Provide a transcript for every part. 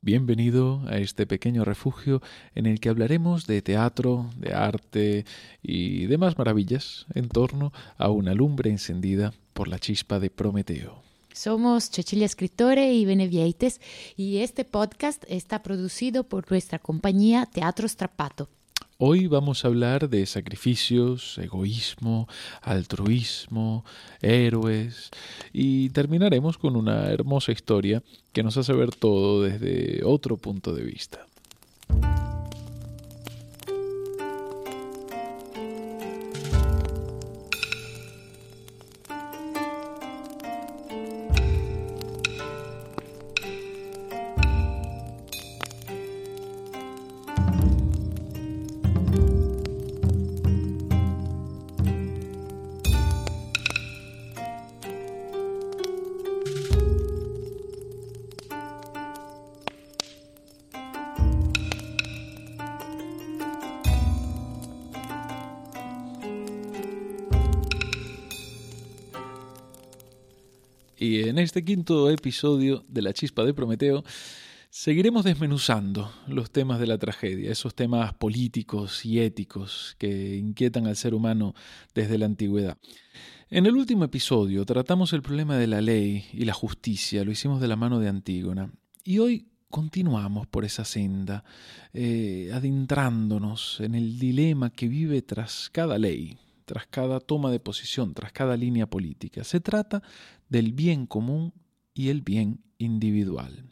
Bienvenido a este pequeño refugio en el que hablaremos de teatro, de arte y demás maravillas en torno a una lumbre encendida por la chispa de Prometeo. Somos Cecilia Scrittore y Benevieites y este podcast está producido por nuestra compañía Teatro Strappato. Hoy vamos a hablar de sacrificios, egoísmo, altruismo, héroes y terminaremos con una hermosa historia que nos hace ver todo desde otro punto de vista. Y en este quinto episodio de La Chispa de Prometeo seguiremos desmenuzando los temas de la tragedia, esos temas políticos y éticos que inquietan al ser humano desde la antigüedad. En el último episodio tratamos el problema de la ley y la justicia, lo hicimos de la mano de Antígona. Y hoy continuamos por esa senda, adentrándonos en el dilema que vive tras cada ley, tras cada toma de posición, tras cada línea política. Se trata del bien común y el bien individual.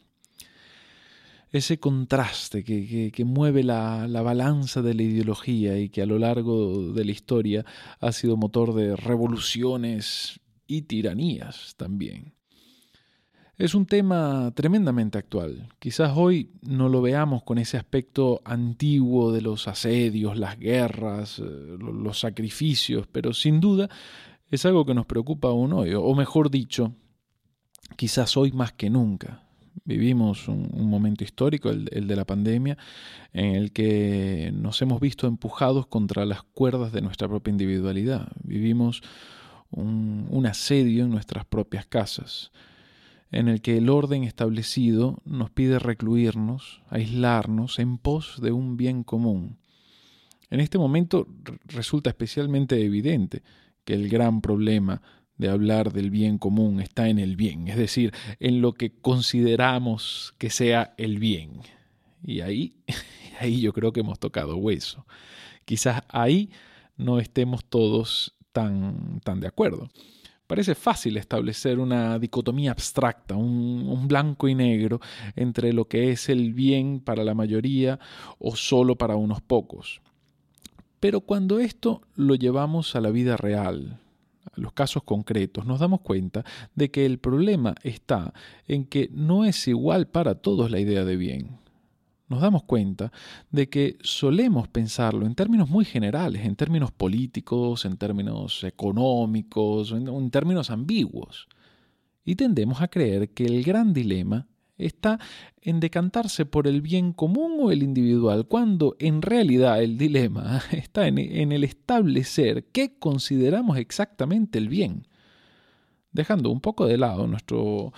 Ese contraste que mueve la balanza de la ideología y que a lo largo de la historia ha sido motor de revoluciones y tiranías también. Es un tema tremendamente actual. Quizás hoy no lo veamos con ese aspecto antiguo de los asedios, las guerras, los sacrificios, pero sin duda es algo que nos preocupa aún hoy, o mejor dicho, quizás hoy más que nunca. Vivimos un momento histórico, el de la pandemia, en el que nos hemos visto empujados contra las cuerdas de nuestra propia individualidad. Vivimos un asedio en nuestras propias casas, en el que el orden establecido nos pide recluirnos, aislarnos en pos de un bien común. En este momento resulta especialmente evidente que el gran problema de hablar del bien común está en el bien, es decir, en lo que consideramos que sea el bien. Y ahí yo creo que hemos tocado hueso. Quizás ahí no estemos todos tan de acuerdo. Parece fácil establecer una dicotomía abstracta, un blanco y negro entre lo que es el bien para la mayoría o solo para unos pocos. Pero cuando esto lo llevamos a la vida real, a los casos concretos, nos damos cuenta de que el problema está en que no es igual para todos la idea de bien. Nos damos cuenta de que solemos pensarlo en términos muy generales, en términos políticos, en términos económicos, en términos ambiguos. Y tendemos a creer que el gran dilema está en decantarse por el bien común o el individual, cuando en realidad el dilema está en el establecer qué consideramos exactamente el bien, dejando un poco de lado nuestro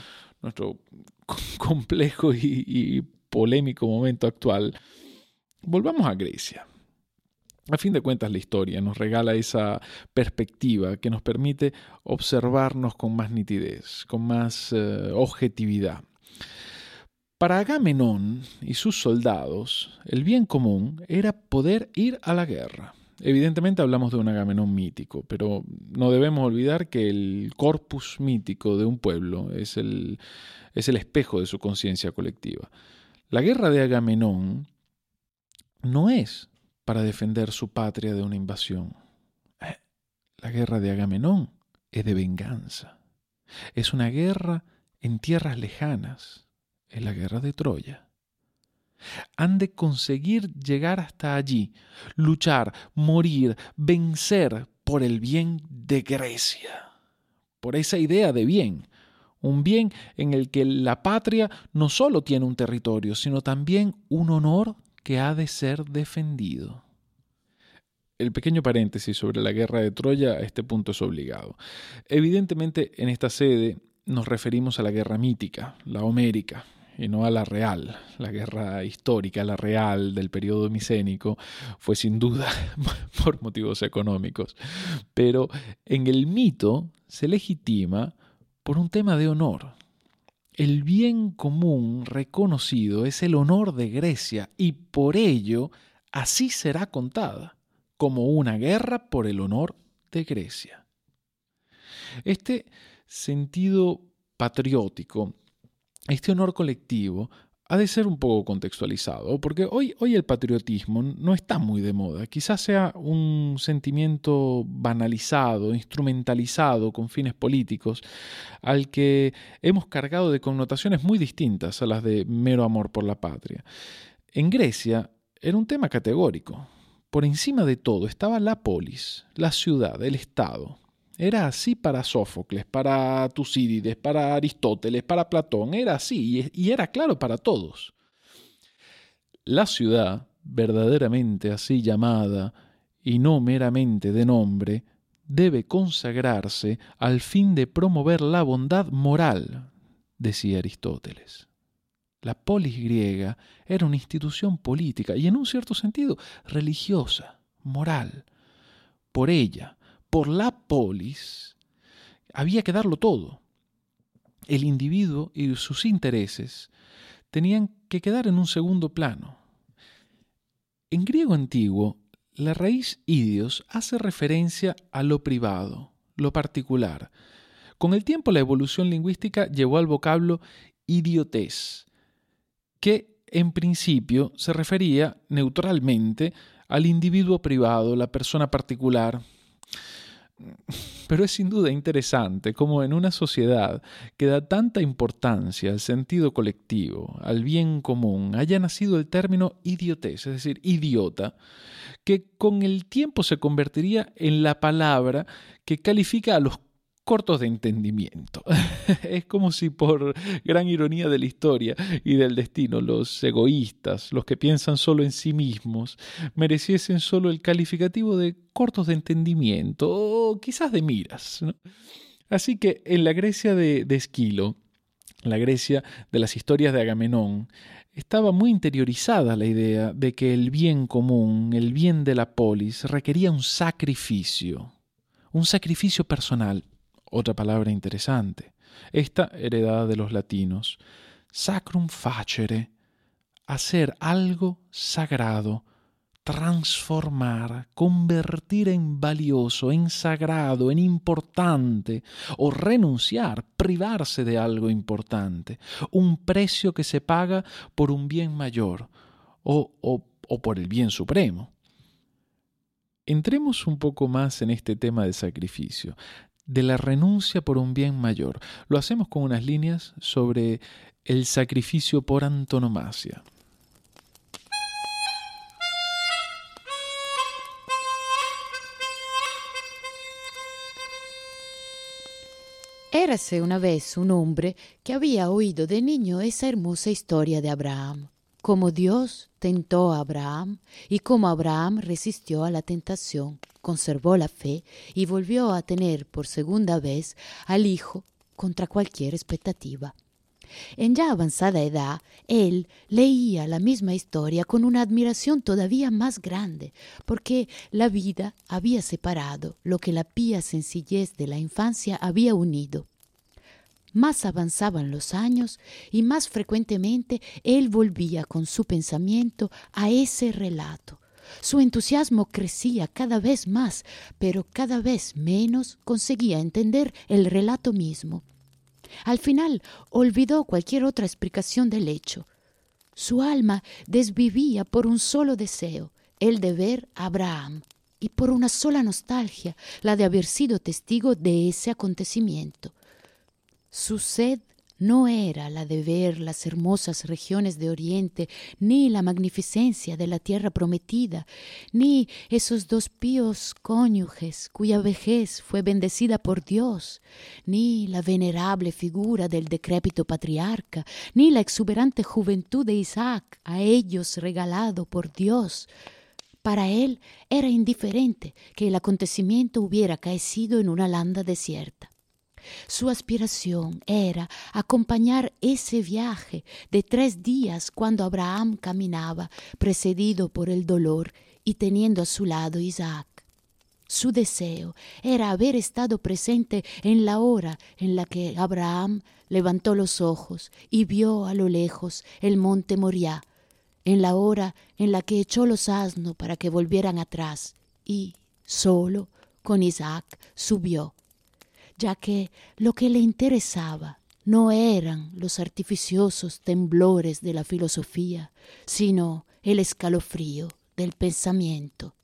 complejo y polémico momento actual. Volvamos a Grecia. A fin de cuentas, la historia nos regala esa perspectiva que nos permite observarnos con más nitidez, con más objetividad. Para Agamenón y sus soldados, el bien común era poder ir a la guerra. Evidentemente hablamos de un Agamenón mítico, pero no debemos olvidar que el corpus mítico de un pueblo es el espejo de su conciencia colectiva. La guerra de Agamenón no es para defender su patria de una invasión. La guerra de Agamenón es de venganza. Es una guerra en tierras lejanas. Es la guerra de Troya. Han de conseguir llegar hasta allí, luchar, morir, vencer por el bien de Grecia, por esa idea de bien. Un bien en el que la patria no solo tiene un territorio, sino también un honor que ha de ser defendido. El pequeño paréntesis sobre la guerra de Troya a este punto es obligado. Evidentemente, en esta sede nos referimos a la guerra mítica, la homérica, y no a la real. La guerra histórica, la real del periodo micénico, fue sin duda por motivos económicos. Pero en el mito se legitima por un tema de honor. El bien común reconocido es el honor de Grecia y por ello así será contada, como una guerra por el honor de Grecia. Este sentido patriótico, este honor colectivo, ha de ser un poco contextualizado, porque hoy el patriotismo no está muy de moda. Quizás sea un sentimiento banalizado, instrumentalizado con fines políticos, al que hemos cargado de connotaciones muy distintas a las de mero amor por la patria. En Grecia era un tema categórico. Por encima de todo estaba la polis, la ciudad, el Estado. Era así para Sófocles, para Tucídides, para Aristóteles, para Platón. Era así y era claro para todos. La ciudad, verdaderamente así llamada y no meramente de nombre, debe consagrarse al fin de promover la bondad moral, decía Aristóteles. La polis griega era una institución política y en un cierto sentido religiosa, moral. Por ella, por la polis, había que darlo todo. El individuo y sus intereses tenían que quedar en un segundo plano. En griego antiguo, la raíz idios hace referencia a lo privado, lo particular. Con el tiempo, la evolución lingüística llevó al vocablo idiotez, que en principio se refería neutralmente al individuo privado, la persona particular. Pero es sin duda interesante cómo en una sociedad que da tanta importancia al sentido colectivo, al bien común, haya nacido el término idiotez, es decir, idiota, que con el tiempo se convertiría en la palabra que califica a los cortos de entendimiento. Es como si por gran ironía de la historia y del destino, los egoístas, los que piensan solo en sí mismos, mereciesen solo el calificativo de cortos de entendimiento o quizás de miras, ¿no? Así que en la Grecia de Esquilo, la Grecia de las historias de Agamenón, estaba muy interiorizada la idea de que el bien común, el bien de la polis, requería un sacrificio personal. Otra palabra interesante, esta heredada de los latinos, sacrum facere, hacer algo sagrado, transformar, convertir en valioso, en sagrado, en importante, o renunciar, privarse de algo importante, un precio que se paga por un bien mayor o por el bien supremo. Entremos un poco más en este tema del sacrificio, de la renuncia por un bien mayor. Lo hacemos con unas líneas sobre el sacrificio por antonomasia. Érase una vez un hombre que había oído de niño esa hermosa historia de Abraham, cómo Dios tentó a Abraham y cómo Abraham resistió a la tentación, conservó la fe y volvió a tener por segunda vez al hijo contra cualquier expectativa. En ya avanzada edad, él leía la misma historia con una admiración todavía más grande, porque la vida había separado lo que la pía sencillez de la infancia había unido. Más avanzaban los años y más frecuentemente él volvía con su pensamiento a ese relato. Su entusiasmo crecía cada vez más, pero cada vez menos conseguía entender el relato mismo. Al final olvidó cualquier otra explicación del hecho. Su alma desvivía por un solo deseo, el de ver a Abraham, y por una sola nostalgia, la de haber sido testigo de ese acontecimiento. Su sed no era la de ver las hermosas regiones de Oriente, ni la magnificencia de la tierra prometida, ni esos dos píos cónyuges cuya vejez fue bendecida por Dios, ni la venerable figura del decrépito patriarca, ni la exuberante juventud de Isaac a ellos regalado por Dios. Para él era indiferente que el acontecimiento hubiera acaecido en una landa desierta. Su aspiración era acompañar ese viaje de 3 días cuando Abraham caminaba, precedido por el dolor y teniendo a su lado Isaac. Su deseo era haber estado presente en la hora en la que Abraham levantó los ojos y vio a lo lejos el monte Moriah, en la hora en la que echó los asnos para que volvieran atrás y, solo, con Isaac, subió, ya que lo que le interesaba no eran los artificiosos temblores de la filosofía, sino el escalofrío del pensamiento.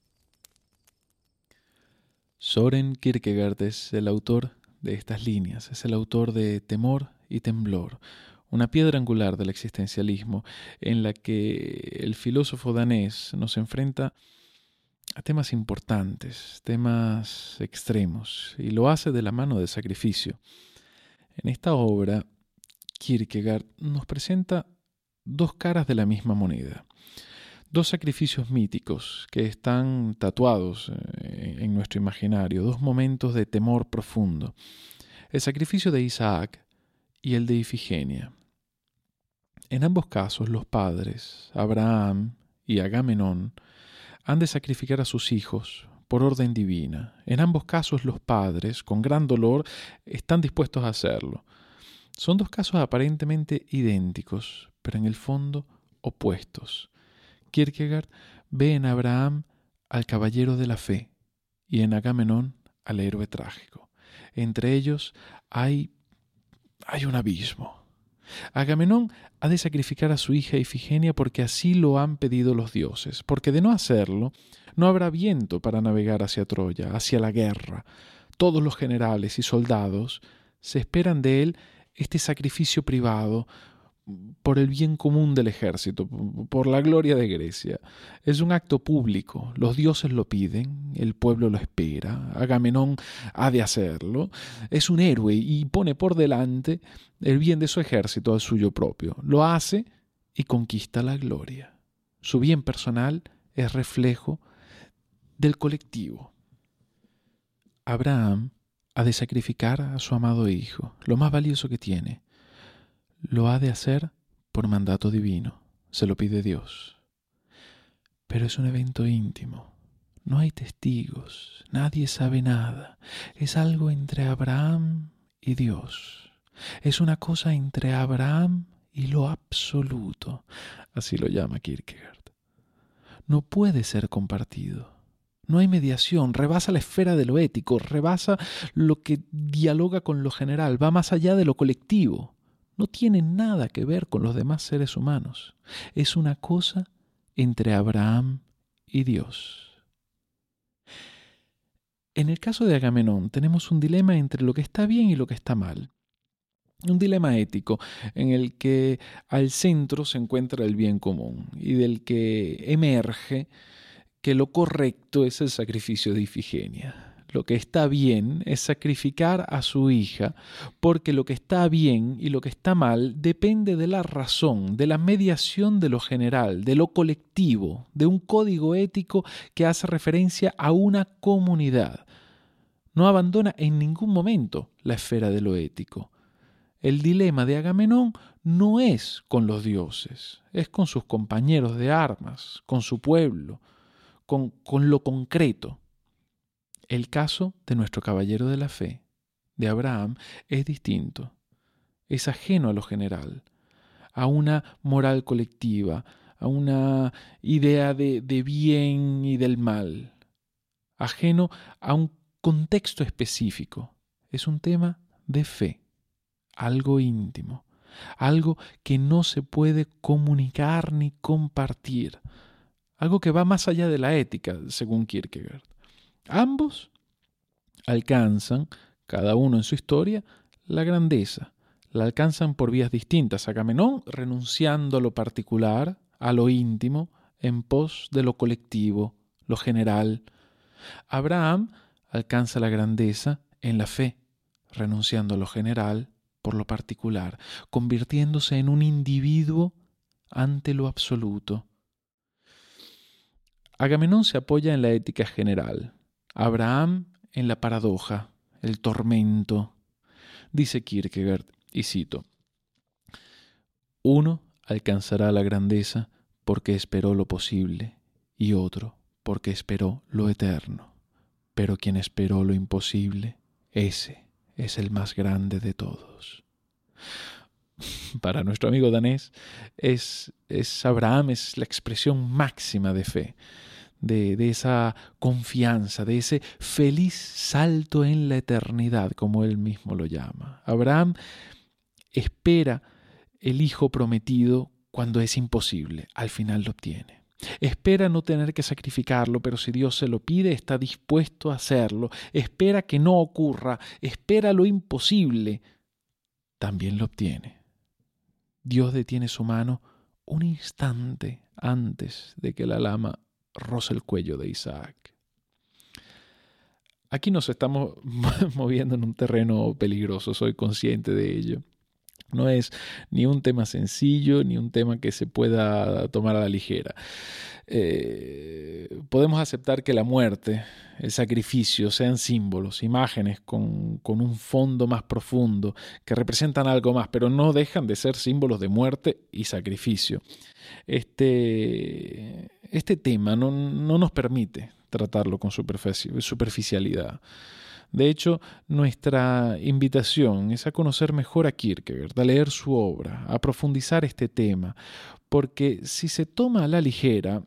Søren Kierkegaard es el autor de estas líneas, es el autor de Temor y Temblor, una piedra angular del existencialismo en la que el filósofo danés nos enfrenta a temas importantes, temas extremos, y lo hace de la mano del sacrificio. En esta obra, Kierkegaard nos presenta 2 caras de la misma moneda. 2 sacrificios míticos que están tatuados en nuestro imaginario, 2 momentos de temor profundo. El sacrificio de Isaac y el de Ifigenia. En ambos casos, los padres, Abraham y Agamenón, han de sacrificar a sus hijos por orden divina. En ambos casos, los padres, con gran dolor, están dispuestos a hacerlo. Son 2 casos aparentemente idénticos, pero en el fondo opuestos. Kierkegaard ve en Abraham al caballero de la fe y en Agamenón al héroe trágico. Entre ellos hay un abismo. Agamenón ha de sacrificar a su hija Ifigenia porque así lo han pedido los dioses, porque de no hacerlo no habrá viento para navegar hacia Troya, hacia la guerra. Todos los generales y soldados se esperan de él este sacrificio privado por el bien común del ejército, por la gloria de Grecia. Es un acto público, los dioses lo piden, el pueblo lo espera, Agamenón ha de hacerlo. Es un héroe y pone por delante el bien de su ejército al suyo propio. Lo hace y conquista la gloria. Su bien personal es reflejo del colectivo. Abraham ha de sacrificar a su amado hijo, lo más valioso que tiene. Lo ha de hacer por mandato divino, se lo pide Dios. Pero es un evento íntimo, no hay testigos, nadie sabe nada. Es algo entre Abraham y Dios. Es una cosa entre Abraham y lo absoluto, así lo llama Kierkegaard. No puede ser compartido. No hay mediación, rebasa la esfera de lo ético, rebasa lo que dialoga con lo general, va más allá de lo colectivo. No tiene nada que ver con los demás seres humanos. Es una cosa entre Abraham y Dios. En el caso de Agamenón tenemos un dilema entre lo que está bien y lo que está mal. Un dilema ético en el que al centro se encuentra el bien común y del que emerge que lo correcto es el sacrificio de Ifigenia. Lo que está bien es sacrificar a su hija, porque lo que está bien y lo que está mal depende de la razón, de la mediación de lo general, de lo colectivo, de un código ético que hace referencia a una comunidad. No abandona en ningún momento la esfera de lo ético. El dilema de Agamenón no es con los dioses, es con sus compañeros de armas, con su pueblo, con lo concreto. El caso de nuestro caballero de la fe, de Abraham, es distinto. Es ajeno a lo general, a una moral colectiva, a una idea de bien y del mal, ajeno a un contexto específico. Es un tema de fe, algo íntimo, algo que no se puede comunicar ni compartir, algo que va más allá de la ética, según Kierkegaard. Ambos alcanzan, cada uno en su historia, la grandeza. La alcanzan por vías distintas. Agamenón renunciando a lo particular, a lo íntimo, en pos de lo colectivo, lo general. Abraham alcanza la grandeza en la fe, renunciando a lo general por lo particular, convirtiéndose en un individuo ante lo absoluto. Agamenón se apoya en la ética general, Abraham en la paradoja, el tormento. Dice Kierkegaard, y cito: uno alcanzará la grandeza porque esperó lo posible y otro porque esperó lo eterno. Pero quien esperó lo imposible, ese es el más grande de todos. Para nuestro amigo danés, Abraham es la expresión máxima de fe, de esa confianza, de ese feliz salto en la eternidad, como él mismo lo llama. Abraham espera el hijo prometido cuando es imposible, al final lo obtiene. Espera no tener que sacrificarlo, pero si Dios se lo pide, está dispuesto a hacerlo. Espera que no ocurra, espera lo imposible, también lo obtiene. Dios detiene su mano un instante antes de que la lama roce el cuello de Isaac. Aquí nos estamos moviendo en un terreno peligroso, soy consciente de ello. No es ni un tema sencillo, ni un tema que se pueda tomar a la ligera. Podemos aceptar que la muerte, el sacrificio, sean símbolos, imágenes con un fondo más profundo, que representan algo más, pero no dejan de ser símbolos de muerte y sacrificio. Este tema no nos permite tratarlo con superficialidad. De hecho, nuestra invitación es a conocer mejor a Kierkegaard, a leer su obra, a profundizar este tema, porque si se toma a la ligera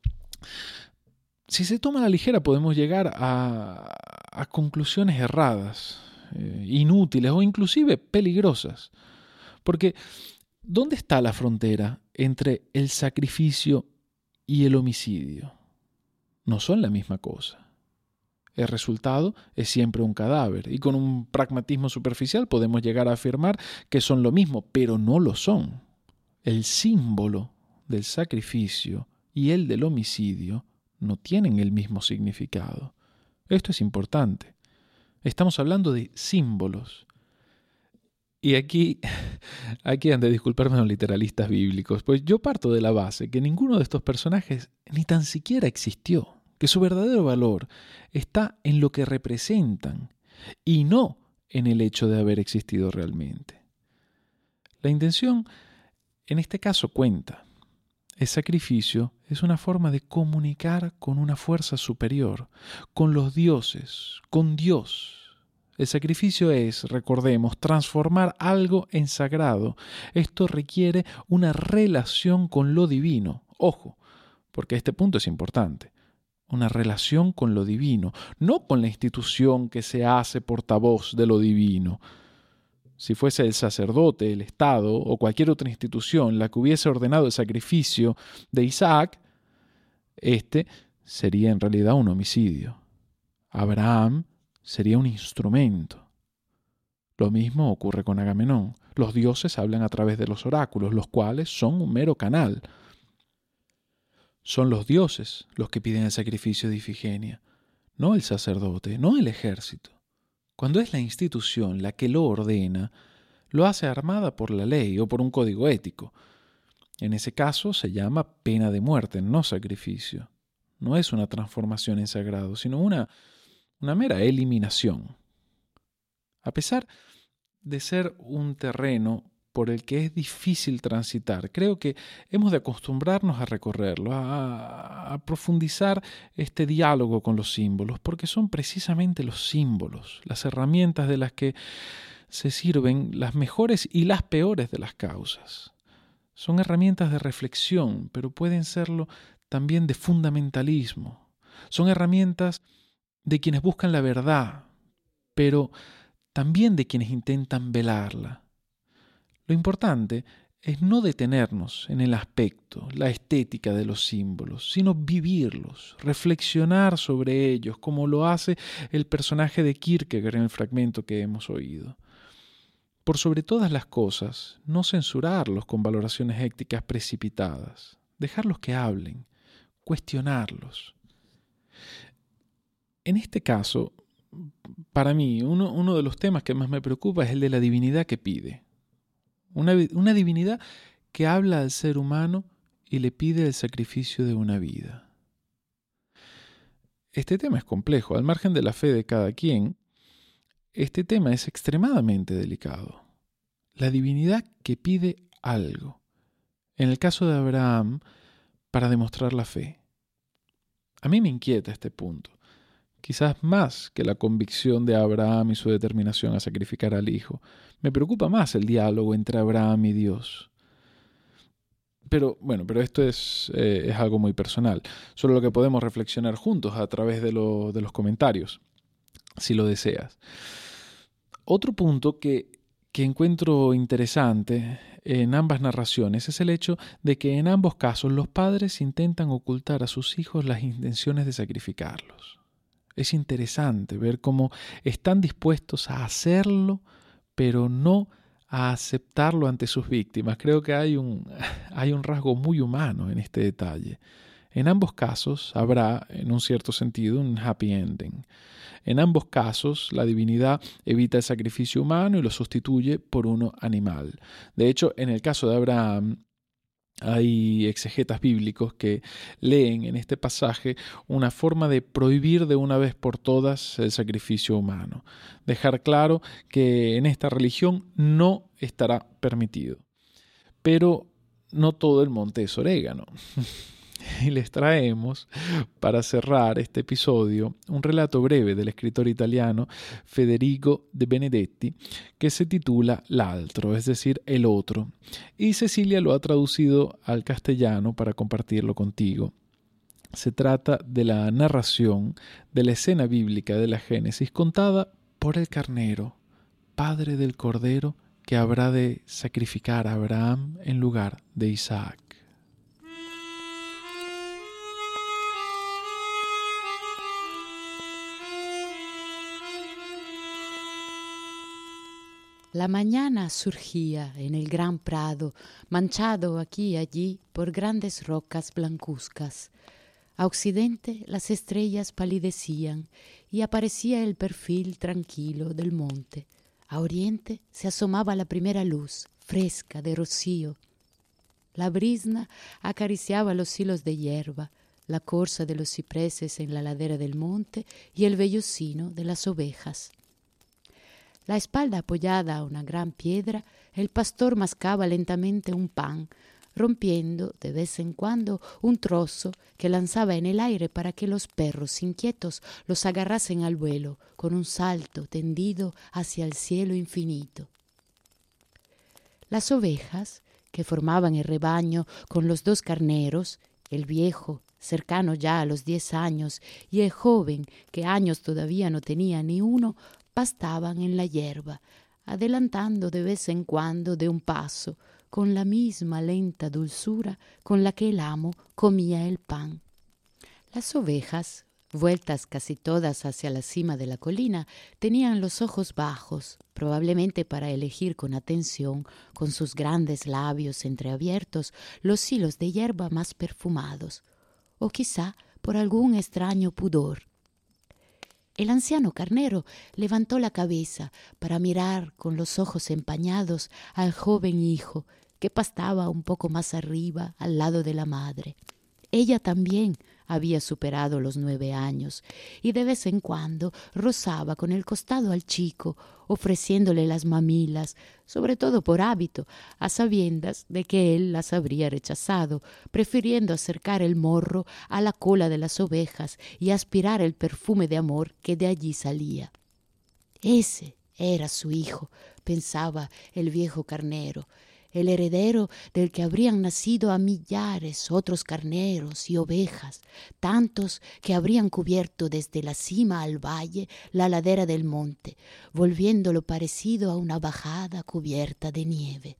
podemos llegar a conclusiones erradas, inútiles o inclusive peligrosas. Porque, ¿dónde está la frontera entre el sacrificio y el homicidio? No son la misma cosa. El resultado es siempre un cadáver, y con un pragmatismo superficial podemos llegar a afirmar que son lo mismo, pero no lo son. El símbolo del sacrificio y el del homicidio no tienen el mismo significado. Esto es importante. Estamos hablando de símbolos. Y aquí han de disculparme los literalistas bíblicos, pues yo parto de la base que ninguno de estos personajes ni tan siquiera existió, que su verdadero valor está en lo que representan y no en el hecho de haber existido realmente. La intención en este caso cuenta. El sacrificio es una forma de comunicar con una fuerza superior, con los dioses, con Dios. El sacrificio es, recordemos, transformar algo en sagrado. Esto requiere una relación con lo divino. Ojo, porque este punto es importante. Una relación con lo divino, no con la institución que se hace portavoz de lo divino. Si fuese el sacerdote, el Estado o cualquier otra institución la que hubiese ordenado el sacrificio de Isaac, este sería en realidad un homicidio. Abraham sería un instrumento. Lo mismo ocurre con Agamenón. Los dioses hablan a través de los oráculos, los cuales son un mero canal. Son los dioses los que piden el sacrificio de Ifigenia, no el sacerdote, no el ejército. Cuando es la institución la que lo ordena, lo hace armada por la ley o por un código ético. En ese caso se llama pena de muerte, no sacrificio. No es una transformación en sagrado, sino una mera eliminación. A pesar de ser un terreno por el que es difícil transitar, creo que hemos de acostumbrarnos a recorrerlo, a profundizar este diálogo con los símbolos, porque son precisamente los símbolos, las herramientas de las que se sirven las mejores y las peores de las causas. Son herramientas de reflexión, pero pueden serlo también de fundamentalismo. Son herramientas de quienes buscan la verdad, pero también de quienes intentan velarla. Lo importante es no detenernos en el aspecto, la estética de los símbolos, sino vivirlos, reflexionar sobre ellos, como lo hace el personaje de Kierkegaard en el fragmento que hemos oído. Por sobre todas las cosas, no censurarlos con valoraciones éticas precipitadas, dejarlos que hablen, cuestionarlos. En este caso, para mí, uno de los temas que más me preocupa es el de la divinidad que pide. Una divinidad que habla al ser humano y le pide el sacrificio de una vida. Este tema es complejo. Al margen de la fe de cada quien, este tema es extremadamente delicado. La divinidad que pide algo. En el caso de Abraham, para demostrar la fe. A mí me inquieta este punto, quizás más que la convicción de Abraham y su determinación a sacrificar al hijo. Me preocupa más el diálogo entre Abraham y Dios. Pero esto es algo muy personal, sobre lo que podemos reflexionar juntos a través de los comentarios, si lo deseas. Otro punto que encuentro interesante en ambas narraciones es el hecho de que en ambos casos los padres intentan ocultar a sus hijos las intenciones de sacrificarlos. Es interesante ver cómo están dispuestos a hacerlo, pero no a aceptarlo ante sus víctimas. Creo que hay un rasgo muy humano en este detalle. En ambos casos habrá, en un cierto sentido, un happy ending. En ambos casos, la divinidad evita el sacrificio humano y lo sustituye por uno animal. De hecho, en el caso de Abraham, hay exegetas bíblicos que leen en este pasaje una forma de prohibir de una vez por todas el sacrificio humano. Dejar claro que en esta religión no estará permitido. Pero no todo el monte es orégano. Y les traemos, para cerrar este episodio, un relato breve del escritor italiano Federico de Benedetti que se titula L'altro, es decir, el otro. Y Cecilia lo ha traducido al castellano para compartirlo contigo. Se trata de la narración de la escena bíblica de la Génesis contada por el carnero, padre del cordero que habrá de sacrificar a Abraham en lugar de Isaac. La mañana surgía en el gran prado, manchado aquí y allí por grandes rocas blancuzcas. A occidente las estrellas palidecían y aparecía el perfil tranquilo del monte. A oriente se asomaba la primera luz, fresca de rocío. La brisna acariciaba los hilos de hierba, la corza de los cipreses en la ladera del monte y el vellocino de las ovejas. La espalda apoyada a una gran piedra, el pastor mascaba lentamente un pan, rompiendo de vez en cuando un trozo que lanzaba en el aire para que los perros inquietos los agarrasen al vuelo con un salto tendido hacia el cielo infinito. Las ovejas, que formaban el rebaño con los dos carneros, el viejo, cercano ya a los 10 años, y el joven, que años todavía no tenía ni uno, pastaban en la hierba, adelantando de vez en cuando de un paso, con la misma lenta dulzura con la que el amo comía el pan. Las ovejas, vueltas casi todas hacia la cima de la colina, tenían los ojos bajos, probablemente para elegir con atención, con sus grandes labios entreabiertos, los hilos de hierba más perfumados, o quizá por algún extraño pudor. El anciano carnero levantó la cabeza para mirar con los ojos empañados al joven hijo que pastaba un poco más arriba al lado de la madre. Ella también había superado los 9 años y de vez en cuando rozaba con el costado al chico, ofreciéndole las mamilas, sobre todo por hábito, a sabiendas de que él las habría rechazado, prefiriendo acercar el morro a la cola de las ovejas y aspirar el perfume de amor que de allí salía. Ese era su hijo, pensaba el viejo carnero, el heredero del que habrían nacido a millares otros carneros y ovejas, tantos que habrían cubierto desde la cima al valle la ladera del monte, volviéndolo parecido a una bajada cubierta de nieve.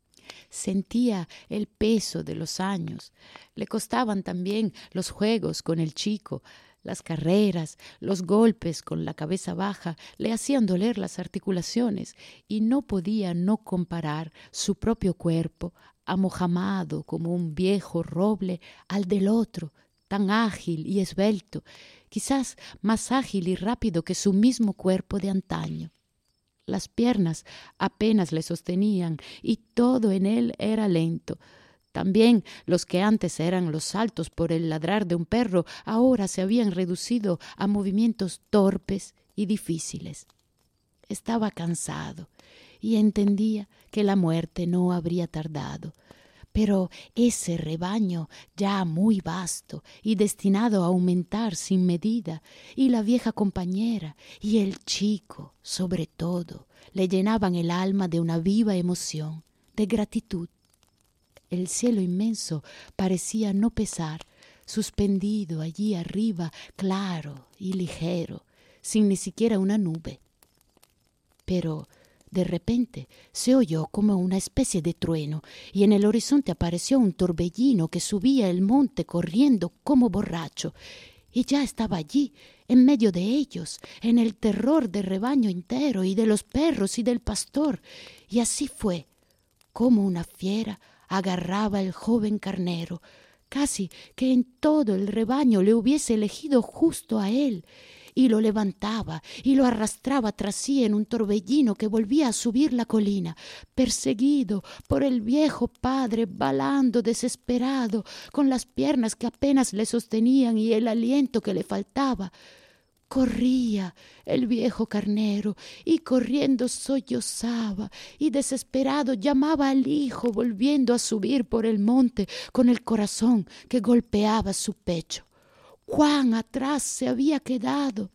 Sentía el peso de los años, le costaban también los juegos con el chico, las carreras, los golpes con la cabeza baja le hacían doler las articulaciones y no podía no comparar su propio cuerpo, amojamado como un viejo roble, al del otro, tan ágil y esbelto, quizás más ágil y rápido que su mismo cuerpo de antaño. Las piernas apenas le sostenían y todo en él era lento. También los que antes eran los saltos por el ladrar de un perro ahora se habían reducido a movimientos torpes y difíciles. estaba cansado y entendía que la muerte no habría tardado. Pero ese rebaño ya muy vasto y destinado a aumentar sin medida, y la vieja compañera y el chico, sobre todo, le llenaban el alma de una viva emoción, de gratitud. El cielo inmenso parecía no pesar, suspendido allí arriba, claro y ligero, sin ni siquiera una nube. Pero de repente se oyó como una especie de trueno, y en el horizonte apareció un torbellino que subía el monte corriendo como borracho, y ya estaba allí, en medio de ellos, en el terror del rebaño entero y de los perros y del pastor. Y así fue, como una fiera agarraba el joven carnero, casi que en todo el rebaño le hubiese elegido justo a él, y lo levantaba y lo arrastraba tras sí en un torbellino que volvía a subir la colina, perseguido por el viejo padre, balando desesperado, con las piernas que apenas le sostenían y el aliento que le faltaba. Corría el viejo carnero y corriendo sollozaba y desesperado llamaba al hijo, volviendo a subir por el monte con el corazón que golpeaba su pecho. ¡Cuán atrás se había quedado!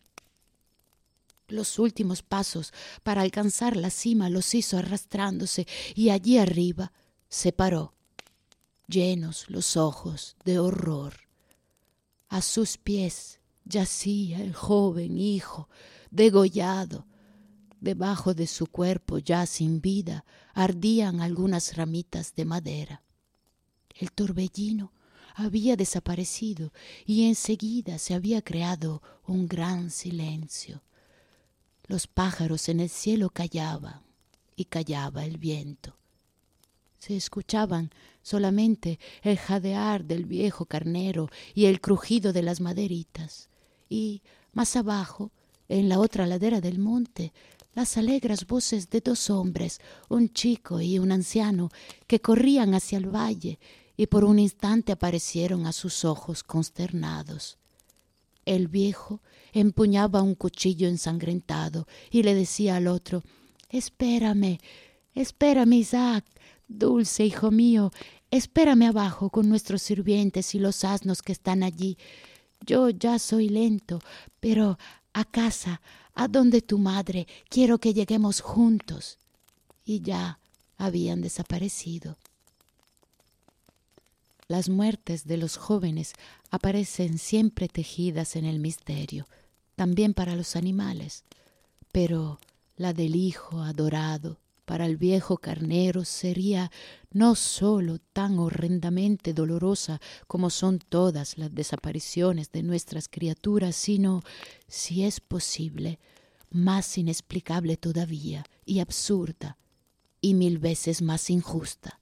Los últimos pasos para alcanzar la cima los hizo arrastrándose, y allí arriba se paró, llenos los ojos de horror. A sus pies yacía el joven hijo, degollado. Debajo de su cuerpo, ya sin vida, ardían algunas ramitas de madera. El torbellino había desaparecido y enseguida se había creado un gran silencio. Los pájaros en el cielo callaban y callaba el viento. Se escuchaban solamente el jadear del viejo carnero y el crujido de las maderitas. Y más abajo, en la otra ladera del monte, las alegres voces de dos hombres, un chico y un anciano, que corrían hacia el valle y por un instante aparecieron a sus ojos consternados. El viejo empuñaba un cuchillo ensangrentado y le decía al otro: «Espérame, espérame, Isaac, dulce hijo mío, espérame abajo con nuestros sirvientes y los asnos que están allí. Yo ya soy lento, pero a casa, a donde tu madre, quiero que lleguemos juntos». Y ya habían desaparecido. Las muertes de los jóvenes aparecen siempre tejidas en el misterio, también para los animales, pero la del hijo adorado para el viejo carnero sería no sólo tan horrendamente dolorosa como son todas las desapariciones de nuestras criaturas, sino, si es posible, más inexplicable todavía y absurda, y 1000 veces más injusta.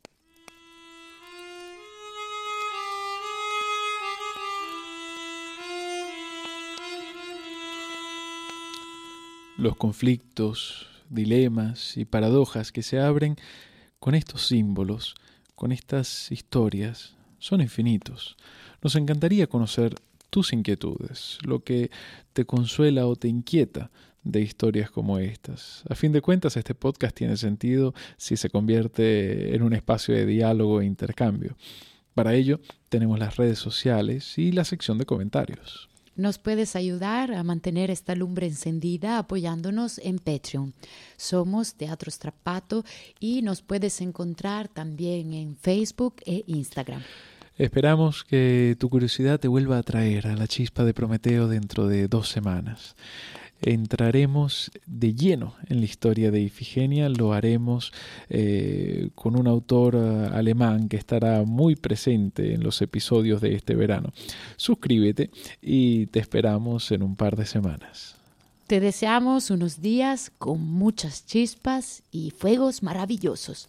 Los conflictos, dilemas y paradojas que se abren con estos símbolos, con estas historias, son infinitos. Nos encantaría conocer tus inquietudes, lo que te consuela o te inquieta de historias como estas. A fin de cuentas, este podcast tiene sentido si se convierte en un espacio de diálogo e intercambio. Para ello, tenemos las redes sociales y la sección de comentarios. Nos puedes ayudar a mantener esta lumbre encendida apoyándonos en Patreon. Somos Teatro Strapato y nos puedes encontrar también en Facebook e Instagram. Esperamos que tu curiosidad te vuelva a atraer a la chispa de Prometeo dentro de 2 semanas. Entraremos de lleno en la historia de Ifigenia, lo haremos con un autor alemán que estará muy presente en los episodios de este verano. Suscríbete y te esperamos en un par de semanas. Te deseamos unos días con muchas chispas y fuegos maravillosos.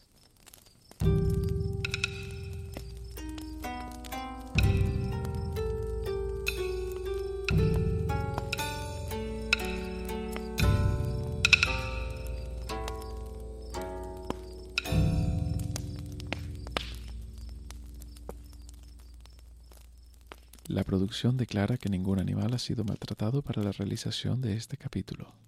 La producción declara que ningún animal ha sido maltratado para la realización de este capítulo.